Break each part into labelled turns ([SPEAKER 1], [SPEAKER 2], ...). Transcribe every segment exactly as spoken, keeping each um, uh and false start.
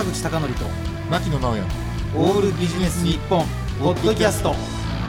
[SPEAKER 1] 坂口孝則と
[SPEAKER 2] 牧野直哉
[SPEAKER 1] オールビジネス日本ポッドキャスト。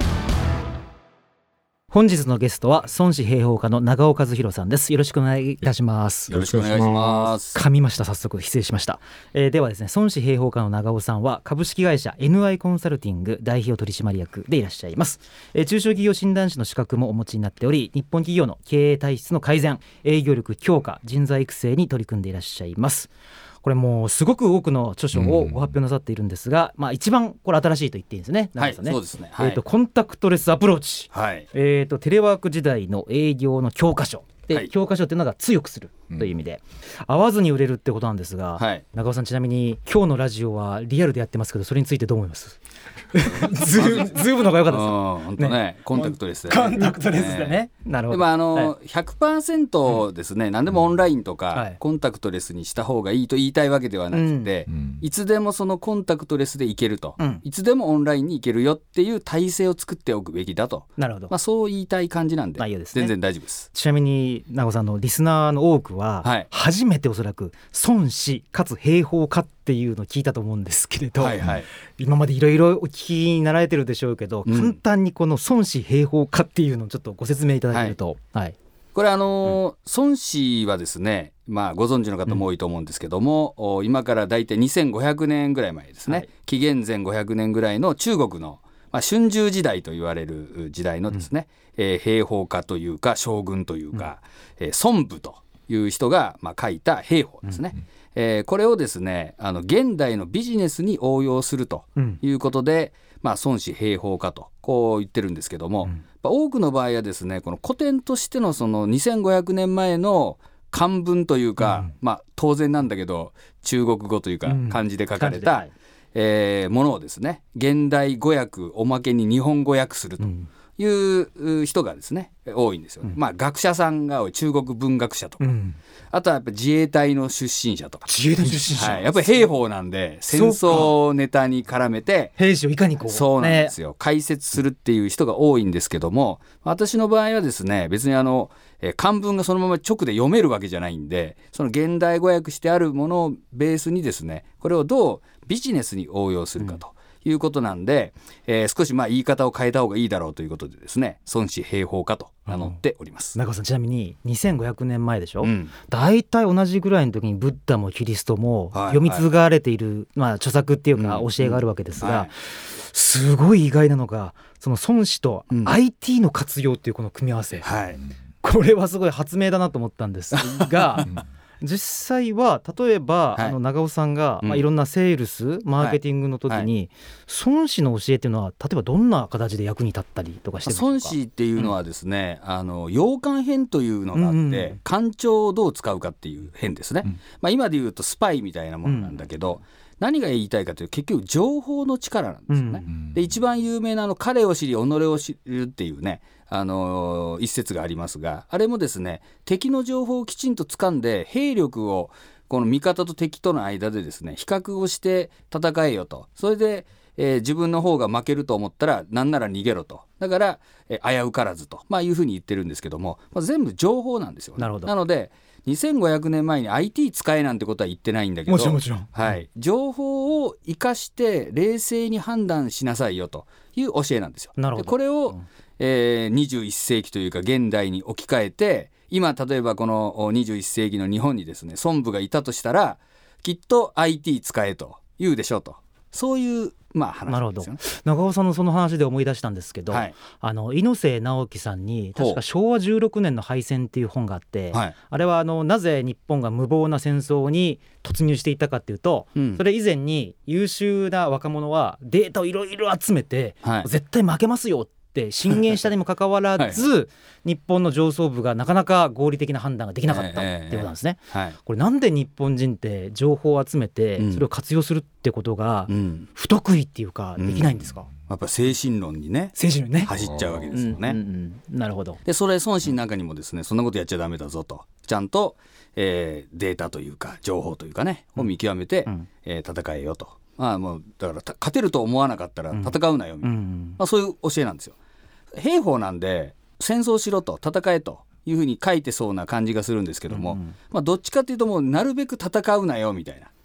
[SPEAKER 3] 本日のゲストは孫子兵法家の長尾和弘さんです。よろしくお願いいたします。
[SPEAKER 4] よろしくお願いします。
[SPEAKER 3] 噛みました。早速失礼しました、えー、ではですね、孫子兵法家の長尾さんは株式会社 エヌアイ コンサルティング代表取締役でいらっしゃいます、えー、中小企業診断士の資格もお持ちになっており、日本企業の経営体質の改善、営業力強化、人材育成に取り組んでいらっしゃいます。これもうすごく多くの著書をご発表なさっているんですが、うん、まあ、一番これ新しいと言っていいんですね。
[SPEAKER 4] はい、
[SPEAKER 3] ね、
[SPEAKER 4] そうですね、はい、
[SPEAKER 3] えーと、コンタクトレスアプローチ、
[SPEAKER 4] はい、
[SPEAKER 3] えーと、テレワーク時代の営業の教科書で、はい、教科書っていうのが強くするという意味で、うん、合わずに売れるってことなんですが、はい、長尾さん、ちなみに今日のラジオはリアルでやってますけど、それについてどう思いますズームの方が良かったですか。
[SPEAKER 4] 本当ね、コンタクトレスで、ね、
[SPEAKER 3] コンタクトレスでね、ね、なるほど。
[SPEAKER 4] でもあの、はい、ひゃくパーセント ですね、うん、何でもオンラインとか、はい、コンタクトレスにした方がいいと言いたいわけではなくて、うん、いつでもそのコンタクトレスでいけると、うん、いつでもオンラインにいけるよっていう体制を作っておくべきだと。なるほど、まあ、そう言いたい感じなんで、ですね、全然大丈夫です。
[SPEAKER 3] ちなみに長尾さんのリスナーの多くは、はい、初めておそらく孫子かつ兵法家っていうのを聞いたと思うんですけれど、はいはい、今までいろいろお聞きになられてるでしょうけど、うん、簡単にこの孫子兵法家っていうのをちょっとご説明いただけると、はいはい、
[SPEAKER 4] これあのーうん、孫子はですね、まあ、ご存知の方も多いと思うんですけども、うん、今からだいたいにせんごひゃくねんぐらい前ですね、はい、紀元前ごひゃくねんぐらいの中国の、まあ、春秋時代と言われる時代のですね、うんえー、兵法家というか将軍というか、うんえー、孫武という人が、まあ、書いた兵法ですね、うんえー、これをですね、あの現代のビジネスに応用するということで、うんまあ、孫子兵法家とこう言ってるんですけども、うん、多くの場合はですね、この古典としてのそのにせんごひゃくねんまえの漢文というか、うんまあ、当然なんだけど中国語というか漢字で書かれた、うんはいえー、ものをですね、現代語訳おまけに日本語訳するという人がですね多いんですよね、うんまあ、学者さんが多い、中国文学者とか、うん、あとはやっぱ自衛隊の出身者とか、
[SPEAKER 3] 自衛隊出身者、
[SPEAKER 4] はい、やっぱり兵法なんで戦争ネタに絡めて
[SPEAKER 3] 兵士をいかにこう
[SPEAKER 4] そうなんですよ、ね、解説するっていう人が多いんですけども、私の場合はですね、別にあのえ漢文がそのまま直で読めるわけじゃないんで、その現代語訳してあるものをベースにですね、これをどうビジネスに応用するかと、うんいうことなんで、えー、少しまあ言い方を変えた方がいいだろうということでですね、孫子兵法家と名乗っております。
[SPEAKER 3] 長尾さん、ちなみににせんごひゃくねんまえでしょ、うん、だいたい同じぐらいの時にブッダもキリストも読み継がれている、はいはいまあ、著作っていうか教えがあるわけですが、うんはい、すごい意外なのがその孫子と アイティー の活用っていうこの組み合わせ、うんはい、これはすごい発明だなと思ったんですが実際は例えば、はい、あの長尾さんが、うんまあ、いろんなセールスマーケティングの時に、はいはい、孫子の教えっていうのは例えばどんな形で役に立ったりとかしてるんですか。
[SPEAKER 4] 孫子っていうのはですね、うん、あの洋漢編というのがあって、うんうん、官庁をどう使うかっていう編ですね、うんまあ、今でいうとスパイみたいなものなんだけど、うん、何が言いたいかというと結局情報の力なんですよね、うん、で一番有名なあの彼を知り己を知るっていうね、あのー、一節がありますが、あれもですね、敵の情報をきちんと掴んで兵力をこの味方と敵との間でですね比較をして戦えよと、それで、えー、自分の方が負けると思ったらなんなら逃げろと、だから、えー、危うからずと、まあ、いうふうに言ってるんですけども、まあ、全部情報なんですよね。なるほど。なのでにせんごひゃくねんまえに アイティー 使えなんてことは言ってないんだけど、
[SPEAKER 3] もちろんもちろん、
[SPEAKER 4] はい、情報を生かして冷静に判断しなさいよという教えなんですよ。なるほど。でこれを、うんえー、にじゅういっせいきというか現代に置き換えて、今例えばこのにじゅういっせいきの日本にですね孫武がいたとしたらきっと アイティー 使えと言うでしょうと、そういうまあ話なんですよね。
[SPEAKER 3] なるほど。長尾さんのその話で思い出したんですけど、はい、あの猪瀬直樹さんに確かしょうわじゅうろくねんの敗戦っていう本があって、はい、あれはあのなぜ日本が無謀な戦争に突入していったかっていうと、うん、それ以前に優秀な若者はデータをいろいろ集めて、はい、絶対負けますよって進言したにもかかわらず、はい、日本の上層部がなかなか合理的な判断ができなかったっていうことなんですね、えーえーはい、これなんで日本人って情報を集めてそれを活用するってことが不得意っていうかできないんですか、うんうん、
[SPEAKER 4] やっぱ精神論にね
[SPEAKER 3] 精神論ね
[SPEAKER 4] 走っちゃうわけですよね、うん
[SPEAKER 3] うんうん、なるほど。
[SPEAKER 4] でそれ孫子の中にもですね、そんなことやっちゃダメだぞと、ちゃんと、えー、データというか情報というかねを見極めて、うんえー、戦えよと、まあ、もうだから勝てると思わなかったら戦うなよみたいな、うんうんまあ、そういう教えなんですよ。兵法なんで戦争しろと戦えというふうに書いてそうな感じがするんですけども、うんうんまあ、どっちかというともうなるべく戦うなよみたいな、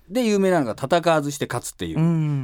[SPEAKER 4] で有名なのが戦わずして勝つっていう、うん、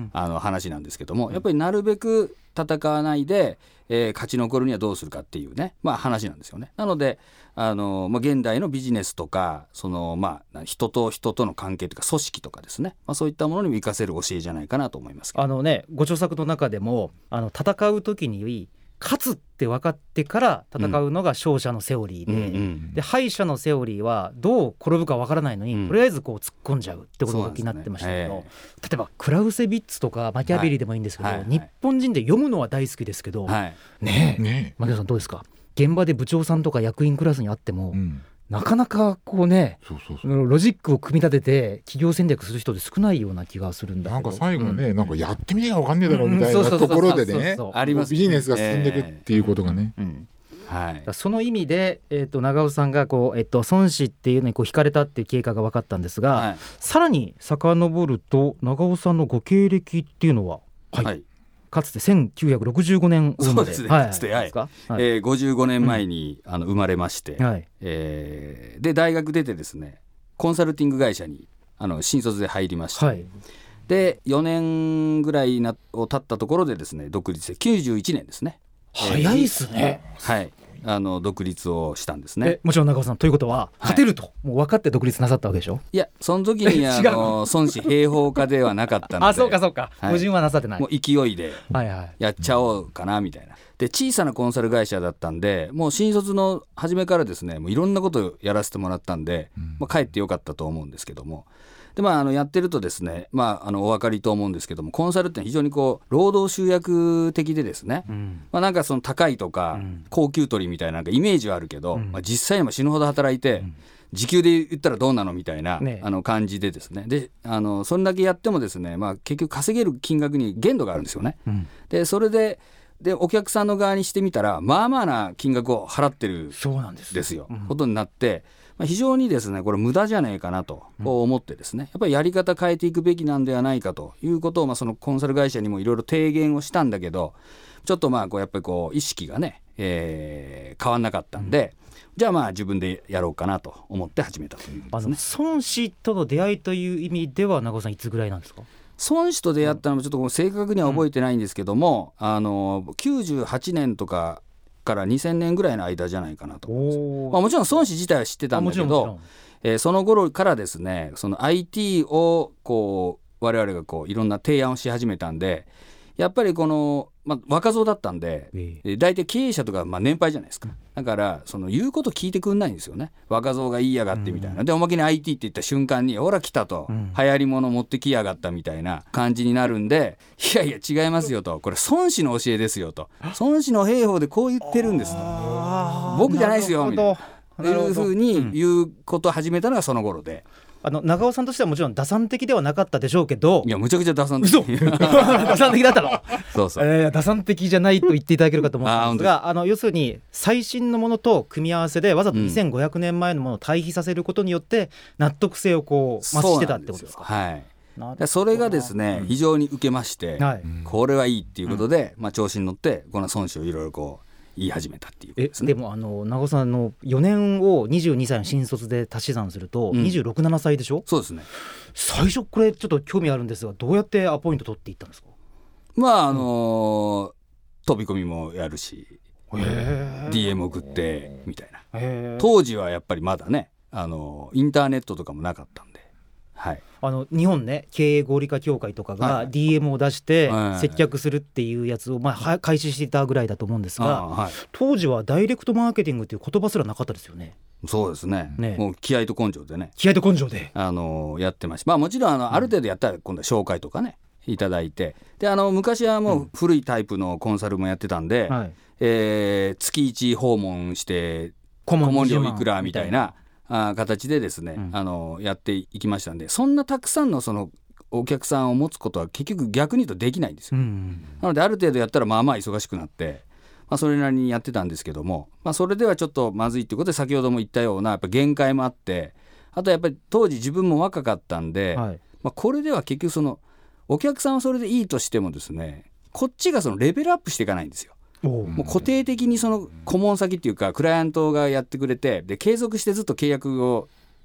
[SPEAKER 4] あの話なんですけども、やっぱりなるべく戦わないで、えー、勝ち残るにはどうするかっていうね、まあ、話なんですよね。なのであの、まあ、現代のビジネスとかその、まあ、人と人との関係とか組織とかですね、まあ、そういったものにも生かせる教えじゃないかなと思いますけど、
[SPEAKER 3] あの、ね、ご著作の中でもあの戦う時に勝つって分かってから戦うのが勝者のセオリーで、うんうんうん、で敗者のセオリーはどう転ぶか分からないのに、うん、とりあえずこう突っ込んじゃうってことになってましたけど、ねえー、例えばクラウセビッツとかマキャベリでもいいんですけど、はいはいはい、日本人で読むのは大好きですけど、はい、ねえ、ねえ牧野さんどうですか？現場で部長さんとか役員クラスに会っても、うん、なかなかこうね、そうそうそう、ロジックを組み立てて企業戦略する人って少ないような気がするんだけど、
[SPEAKER 2] なんか最後ね、うん、なんかやってみなきゃ分かんねえだろうみたいなところでね、ビジネスが進んでいくっていうことがね、
[SPEAKER 3] えーうんはい、その意味で、えー、と長尾さんがこう、えー、と孫子っていうのにこう惹かれたっていう経過が分かったんですが、はい、さらに遡ると長尾さんのご経歴っていうのは、はいはい、かつてせんきゅうひゃくろくじゅうごねん生まれ、
[SPEAKER 4] そうですね、かつて、はいはい、えー、ごじゅうごねんまえに、うん、あの生まれまして、はいえー、で大学出てですねコンサルティング会社にあの新卒で入りまして、はい、でよねんぐらいなを経ったところでですね独立できゅうじゅういちねんですね。
[SPEAKER 3] 早いですね、
[SPEAKER 4] えー、はいあの独立をしたんですね。
[SPEAKER 3] えもちろん長尾さんということは勝てると、はい、もう分かって独立なさったわけでしょ？
[SPEAKER 4] いやその時にあの孫子兵法家ではなかったので
[SPEAKER 3] あそうかそうか、はい、矛盾はなさってない、
[SPEAKER 4] もう勢いでやっちゃおうかなみたいな、はいはい、で小さなコンサル会社だったんでもう新卒の初めからですねもういろんなことをやらせてもらったんで、うんまあ、帰ってよかったと思うんですけども、で、まあ、あのやってるとですね、まあ、あのお分かりと思うんですけどもコンサルって非常にこう労働集約的でですね、うんまあ、なんかその高いとか、うん、高給取りみたい な, なんかイメージはあるけど、うんまあ、実際にも死ぬほど働いて、うん、時給で言ったらどうなのみたいな、ね、あの感じでですね、であのそれだけやってもですね、まあ、結局稼げる金額に限度があるんですよね、うん、でそれででお客さんの側にしてみたらまあまあな金額を払ってるんですよ、うん、ことになって、まあ、非常にですねこれ無駄じゃねえかなと思ってですね、やっぱりやり方変えていくべきなんではないかということを、まあ、そのコンサル会社にもいろいろ提言をしたんだけどちょっとまあこうやっぱりこう意識がね、えー、変わんなかったんで、うん、じゃあまあ自分でやろうかなと思って始めたということですね。
[SPEAKER 3] あの孫子との出会いという意味では長尾さんいつぐらいなんですか？
[SPEAKER 4] 孫子と出会ったのもちょっと正確には覚えてないんですけども、うん、あのきゅうじゅうはちねんとかからにせんねんぐらいの間じゃないかなと思います。まあ、もちろん孫子自体は知ってたんだけど、えー、その頃からですねその アイティー をこう我々がこういろんな提案をし始めたんでやっぱりこの、まあ、若造だったんで、えー、大体経営者とかまあ年配じゃないですか。だからその言うこと聞いてくんないんですよね。若造が言いやがってみたいな、うん、でおまけに アイティー って言った瞬間にほら来たと、うん、流行り物持ってきやがったみたいな感じになるんで、いやいや違いますよと、これ孫子の教えですよと、孫子の兵法でこう言ってるんですと、僕じゃないですよみたいないうふうに言うことを始めたのがその頃で、
[SPEAKER 3] あの長尾さんとしてはもちろん打算的ではなかったでしょうけど、
[SPEAKER 4] いやむちゃくちゃ打算的
[SPEAKER 3] 打算的だったの
[SPEAKER 4] そうそう、
[SPEAKER 3] えー、打算的じゃないと言っていただけるかと思ったんですが、ああの要するに最新のものと組み合わせでわざとにせんごひゃくねんまえのものを対比させることによって納得性をこう増してたってことですか？
[SPEAKER 4] はい、でそれがですね、うん、非常に受けまして、はい、これはいいっていうことで、うんまあ、調子に乗ってこの孫子をいろいろこう言い始めたっていうことですね。
[SPEAKER 3] えでもあの長尾さんのよねんをにじゅうにさいの新卒で足し算すると、うん、にじゅうろく、ななさいでしょ？
[SPEAKER 4] そうですね。
[SPEAKER 3] 最初これちょっと興味あるんですがどうやってアポイント取っていったんですか？
[SPEAKER 4] まああのーうん、飛び込みもやるし ディーエム 送ってみたいな。当時はやっぱりまだねあのインターネットとかもなかったんで、はい、
[SPEAKER 3] あの日本ね経営合理化協会とかが ディーエム を出して接客するっていうやつをまあ開始していたぐらいだと思うんですが、はい、当時はダイレクトマーケティングっていう言葉すらなかったですよね。
[SPEAKER 4] そうです ね, ねもう気合と根性でね
[SPEAKER 3] 気合と根性で
[SPEAKER 4] あのやってました。まあもちろん あ, のある程度やったら今度は紹介とかねいただいて、であの昔はもう古いタイプのコンサルもやってたんで、うんはいえー、月いち訪問して顧問料いくらみたいなあ形でですね、うん、あのやっていきましたんで、そんなたくさんのそのお客さんを持つことは結局逆に言うとできないんですよ、うん、なのである程度やったらまあまあ忙しくなって、まあ、それなりにやってたんですけども、まあ、それではちょっとまずいということで先ほども言ったようなやっぱ限界もあって、あとやっぱり当時自分も若かったんで、はいまあ、これでは結局そのお客さんはそれでいいとしてもですねこっちがそのレベルアップしていかないんですよ。もう固定的にその顧問先っていうかクライアントがやってくれてで継続してずっと契約を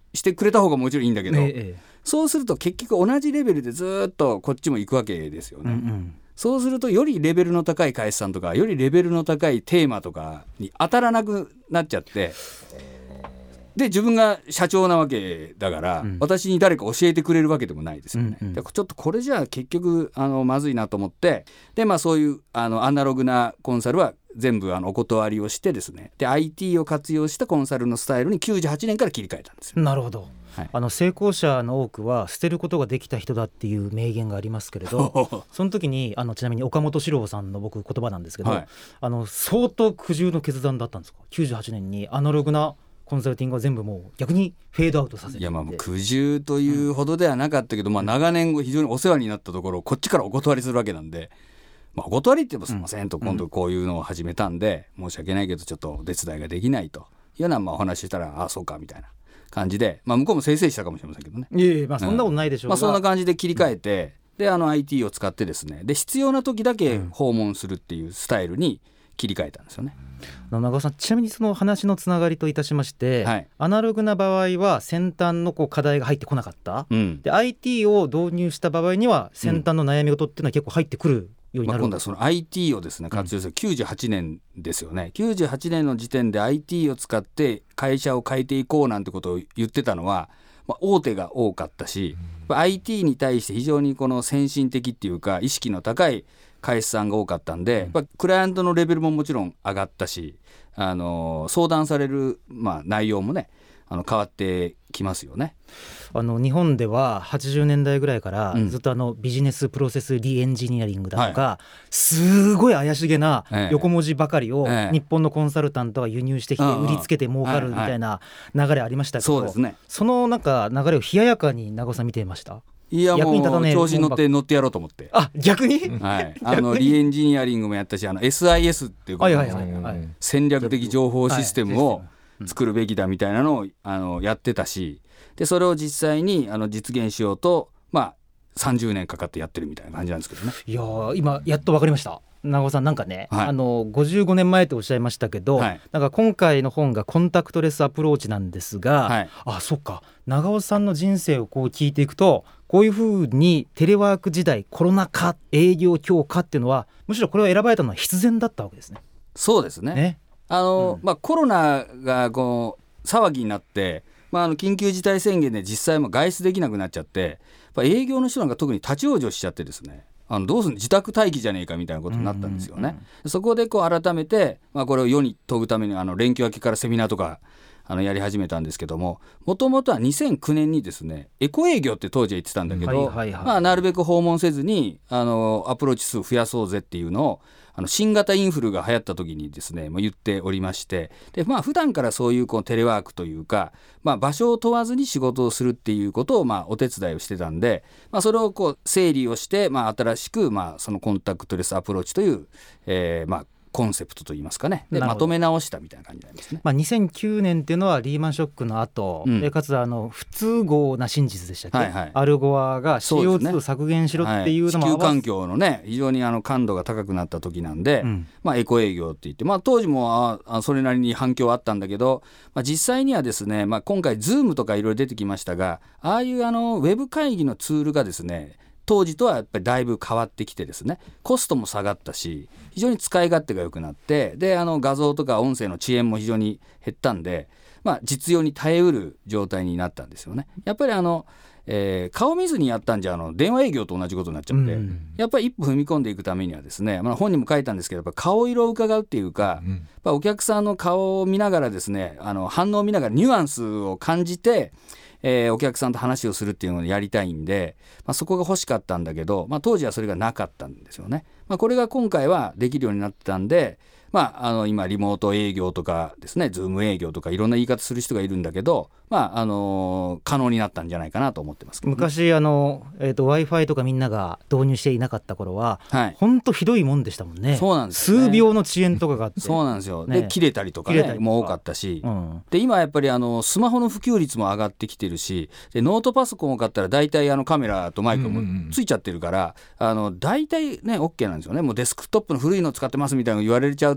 [SPEAKER 4] してくれた方がもちろんいいんだけど、
[SPEAKER 3] ええ、
[SPEAKER 4] そうすると結局同じレベルでずっとこっちも行くわけですよね、うんうん、そうするとよりレベルの高い会社さんとかよりレベルの高いテーマとかに当たらなくなっちゃって、で自分が社長なわけだから、うん、私に誰か教えてくれるわけでもないですよね、うんうん、でちょっとこれじゃあ結局あのまずいなと思って、で、まあ、そういうあのアナログなコンサルは全部あのお断りをしてですね、で アイティー を活用したコンサルのスタイルにきゅうじゅうはちねんから切り替えたんですよ。
[SPEAKER 3] なるほど、はい、あの成功者の多くは捨てることができた人だっていう名言がありますけれどその時にあのちなみに岡本史郎さんの僕言葉なんですけど、はい、あの相当苦渋の決断だったんですか？きゅうじゅうはちねんにアナログなコンサルティングは全部もう逆にフェードアウトさせて、
[SPEAKER 4] いやまあ苦渋というほどではなかったけど、うん、まあ、長年非常にお世話になったところをこっちからお断りするわけなんで、まあ、お断りって言ってもすいませんと、今度こういうのを始めたんで、うん、申し訳ないけどちょっとお手伝いができないというようなまあお話したら、ああそうかみたいな感じで、まあ、向こうもせいせいしたかもしれませんけどね。
[SPEAKER 3] いやいや、まあ、そんなことないでしょうが、
[SPEAKER 4] うん、まあ、そんな感じで切り替えて、うん、であの アイティー を使ってですね、で必要な時だけ訪問するっていうスタイルに切り替えたんですよね。
[SPEAKER 3] 長尾さん、ちなみにその話のつながりといたしまして、はい、アナログな場合は先端のこう課題が入ってこなかった、うん、で アイティー を導入した場合には先端の悩み事っていうのは結構入ってくるようになる、
[SPEAKER 4] まあ、今度はその アイティー をですね活用する、うん、きゅうじゅうはちねんですよね。きゅうじゅうはちねんの時点で アイティー を使って会社を変えていこうなんてことを言ってたのは、まあ、大手が多かったし、うん、アイティー に対して非常にこの先進的っていうか意識の高い会社さんが多かったんで、うん、クライアントのレベルももちろん上がったし、あの相談される、まあ、内容もねあの変わってきますよね。
[SPEAKER 3] あの日本でははちじゅうねんだいぐらいからずっとあのビジネスプロセスリエンジニアリングだとか、はい、すごい怪しげな横文字ばかりを日本のコンサルタントが輸入してきて売りつけて儲かるみたいな流れありましたけど、
[SPEAKER 4] そうですね、
[SPEAKER 3] そのなんか流れを冷ややかに長尾さん見ていました？
[SPEAKER 4] いやもう調子に乗って乗ってやろうと思って、
[SPEAKER 3] あ逆に、
[SPEAKER 4] はい、あのリエンジニアリングもやったし、あの エスアイエス っていうことですね、戦略的情報システムを作るべきだみたいなのをあのやってたし、でそれを実際にあの実現しようと、まあ、さんじゅうねんかかってやってるみたいな感じなんですけどね。
[SPEAKER 3] いや今やっと分かりました。長尾さんなんかね、はい、あのごじゅうごねんまえとおっしゃいましたけど、はい、なんか今回の本がコンタクトレスアプローチなんですが、はい、あそっか、長尾さんの人生をこう聞いていくと、こういうふうにテレワーク時代、コロナ禍、営業強化っていうのはむしろこれを選ばれたのは必然だったわけですね。
[SPEAKER 4] そうですね、ね、あの、うんまあ、コロナがこう騒ぎになって、まあ、あの緊急事態宣言で実際も外出できなくなっちゃって、やっぱ営業の人なんか特に立ち往生しちゃってですね、あのどうする自宅待機じゃねえかみたいなことになったんですよね、うんうんうん、そこでこう改めて、まあ、これを世に問うためにあの連休明けからセミナーとかあのやり始めたんですけども、もともとはにせんきゅうねんにですねエコ営業って当時は言ってたんだけど、はいはいはい、まあ、なるべく訪問せずにあのアプローチ数増やそうぜっていうのをあの新型インフルが流行った時にですね、まあ、言っておりまして、で、まあ、普段からそういう、こうテレワークというか、まあ、場所を問わずに仕事をするっていうことをまあお手伝いをしてたんで、まあ、それをこう整理をして、まあ、新しくまあそのコンタクトレスアプローチという、えー、まあコンセプトといいますかね、でまとめ直したみたいな感じになりますね。
[SPEAKER 3] まあ、にせんきゅうねんっていうのはリーマンショックの後、うん、でかつあの不都合な真実でしたっけ、はいはい、アルゴアが シーオーツー 削減しろっていうのも、
[SPEAKER 4] はい、地球環境のね非常にあの感度が高くなった時なんで、うん、まあ、エコ営業って言って、まあ、当時もあそれなりに反響はあったんだけど、まあ、実際にはですね、まあ、今回 Zoom とかいろいろ出てきましたが、ああいうあのウェブ会議のツールがですね当時とはやっぱりだいぶ変わってきてですね、コストも下がったし非常に使い勝手が良くなって、であの画像とか音声の遅延も非常に減ったんで、まあ、実用に耐えうる状態になったんですよね。やっぱりあの、えー、顔見ずにやったんじゃあの電話営業と同じことになっちゃって、うん、やっぱり一歩踏み込んでいくためにはですね、まあ、本にも書いたんですけど、やっぱ顔色を伺うっていうか、うん、やっぱお客さんの顔を見ながらですね、あの反応を見ながらニュアンスを感じてえー、お客さんと話をするっていうのをやりたいんで、まあ、そこが欲しかったんだけど、まあ、当時はそれがなかったんですよね。まあ、これが今回はできるようになってたんで、まあ、あの今リモート営業とかですね、ズーム営業とかいろんな言い方する人がいるんだけど、まああのー、可能になったんじゃないかなと思ってますけど、ね、
[SPEAKER 3] 昔あの、えーと、Wi-Fi とかみんなが導入していなかった頃は、はい、ほんとひどいもんでしたもんね。
[SPEAKER 4] そうなんですよね、
[SPEAKER 3] 数秒の遅延とかがあって、
[SPEAKER 4] そうなんですよ、ね、で切れたりとかねもう多かったし、うん、で今やっぱりあのスマホの普及率も上がってきてるし、でノートパソコンを買ったら大体あのカメラとマイクもついちゃってるから、うんうんうん、あの大体ね OK なんですよね。もうデスクトップの古いの使ってますみたいなの言われちゃう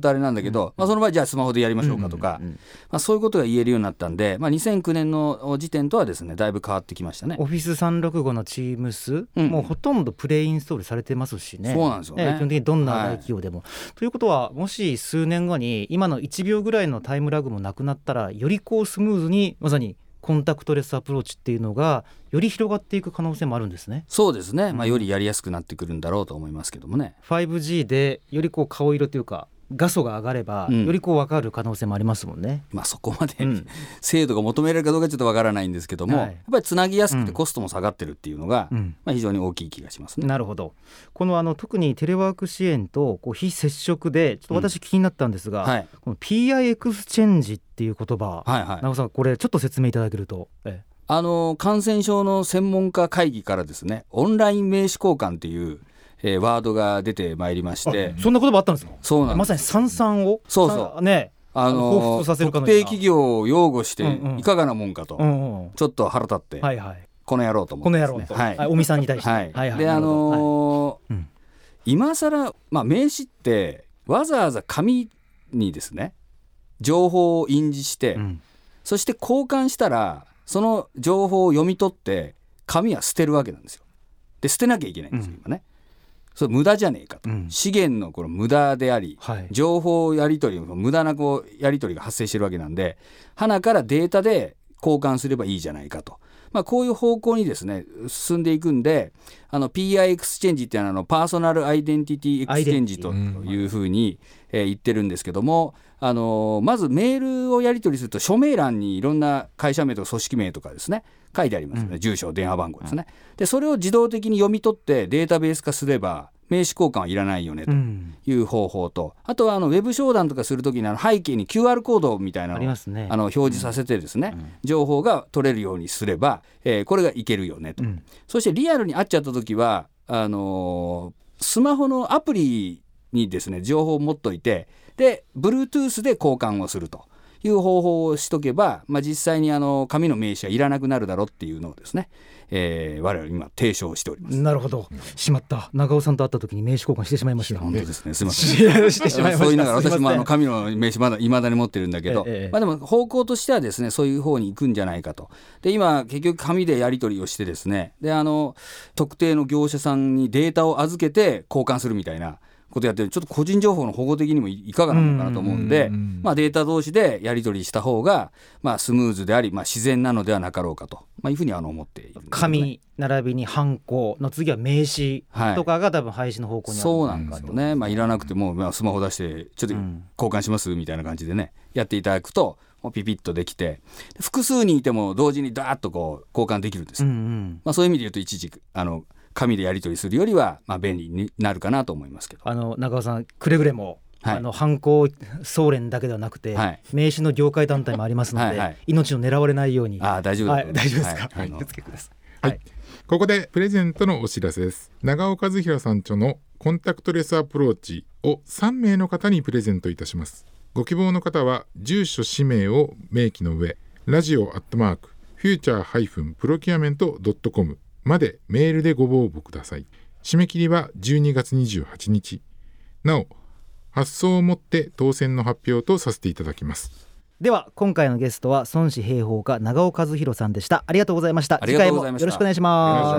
[SPEAKER 4] とあれなんだけど、うんまあ、その場合じゃあスマホでやりましょうかとか、うんうんうんまあ、そういうことが言えるようになったんで、まあ、にせんきゅうねんの時点とはですねだいぶ変わってきましたね。
[SPEAKER 3] オフィスさんびゃくろくじゅうごの Teams、うん、もうほとんどプレイインストールされてますしね。
[SPEAKER 4] そうなんですよね、
[SPEAKER 3] えー、基本的にどんな大企業でも、はい、ということはもし数年後に今のいちびょうぐらいのタイムラグもなくなったらよりこうスムーズにまさにコンタクトレスアプローチっていうのがより広がっていく可能性もあるんですね。
[SPEAKER 4] そうですね、まあ、よりやりやすくなってくるんだろうと思いますけどもね、
[SPEAKER 3] うん、ファイブジー でよりこう顔色というか画素が上がれば、うん、よりこう分かる可能性もありますもんね。
[SPEAKER 4] まあ、そこまで、うん、精度が求められるかどうかちょっと分からないんですけども、はい、やっぱりつなぎやすくてコストも下がってるっていうのが、うんまあ、非常に大きい気がしますね。
[SPEAKER 3] なるほど。このあの特にテレワーク支援とこう非接触でちょっと私気になったんですが、うんはい、この ピーアイ エクスチェンジっていう言葉、はいはい、長尾さんこれちょっと説明いただけると。ええ
[SPEAKER 4] あの感染症の専門家会議からですねオンライン名刺交換っていうえー、ワードが出てまいりまして。
[SPEAKER 3] そんな言葉あったんですか。
[SPEAKER 4] そうなんです。
[SPEAKER 3] まさに三々を
[SPEAKER 4] そうそう
[SPEAKER 3] ね
[SPEAKER 4] あのー、特定企業を擁護していかがなもんかと、うんうん、ちょっと腹立って、はいはい、この野郎と思って、ね、
[SPEAKER 3] この野郎と、はいはい、尾身さんに対して、はいはいはい、
[SPEAKER 4] であのーはい、今更、まあ、名刺ってわざわざ紙にですね情報を印字して、うん、そして交換したらその情報を読み取って紙は捨てるわけなんですよ。で捨てなきゃいけないんですよ、うん、今ね。それ無駄じゃねえかと、うん、資源のこの無駄であり、はい、情報やり取りの無駄なこうやり取りが発生してるわけなんで花からデータで交換すればいいじゃないかと、まあ、こういう方向にですね進んでいくんであの ピーアイ エクスチェンジっていうのはあのパーソナルアイデンティティエクスチェンジというふうに、えー、言ってるんですけどもあのー、まずメールをやり取りすると署名欄にいろんな会社名とか組織名とかですね書いてありますよね、うん、住所電話番号ですね。でそれを自動的に読み取ってデータベース化すれば名刺交換はいらないよねという方法と、うん、あとはあのウェブ商談とかするときにあの背景に キューアール コードみたいなのを、ね、あの表示させてですね、うん、情報が取れるようにすれば、えー、これがいけるよねと、うん、そしてリアルに会っちゃったときはあのー、スマホのアプリにですね情報を持っといてで Bluetooth で交換をするという方法をしとけば、まあ、実際にあの紙の名刺はいらなくなるだろうっていうのをですね、えー、我々今提唱しております。
[SPEAKER 3] なるほど、しまった長尾さんと会った時に名刺交換してしまいました。
[SPEAKER 4] 本当ですね、すみません
[SPEAKER 3] してしまいました。
[SPEAKER 4] そう言いながら私もあの紙の名刺まだ未だに持ってるんだけど、ええまあ、でも方向としてはですねそういう方に行くんじゃないかと。で今結局紙でやり取りをしてですねであの特定の業者さんにデータを預けて交換するみたいなことやってるちょっと個人情報の保護的にもいかがなのかなと思うんで、まあ、データ同士でやり取りした方が、まあ、スムーズであり、まあ、自然なのではなかろうかと、まあ、いうふうにあの思っているんですね。
[SPEAKER 3] 紙並びにハンコの次は名刺とかが多分廃止の方向にある、
[SPEAKER 4] そうなんですよね、まあ、いらなくても、まあ、スマホ出してちょっと交換しますみたいな感じでねやっていただくともうピピッとできて複数人いても同時にダーッとこう交換できるんですよ、うんうんまあ、そういう意味で言うと一時あの紙でやり取りするよりはまあ便利になるかなと思いますけど、
[SPEAKER 3] あの中尾さんくれぐれも、はい、あの犯行総連だけではなくて、はい、名刺の業界団体もありますのではい、はい、命を狙われないように。
[SPEAKER 4] あ大丈夫、はい、
[SPEAKER 3] 大丈夫ですか、はい、気をつけください、
[SPEAKER 2] はいはい、ここでプレゼントのお知らせです。長尾和弘さん著のコンタクトレスアプローチをさんめいの方にプレゼントいたします。ご希望の方は住所氏名を明記の上ラジオアットマークフューチャープロキュアメントドットコムまでメールでご応募ください。締め切りはじゅうにがつにじゅうはちにち。なお発送をもって当選の発表とさせていただきます。
[SPEAKER 3] では今回のゲストは孫子兵法家長尾和弘さんでした。ありがとうございました。次回もよろしくお願いします。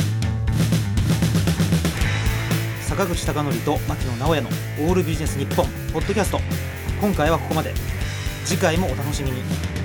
[SPEAKER 3] 坂口孝則と牧野直哉のオールビジネス日本ポッドキャスト、今回はここまで。次回もお楽しみに。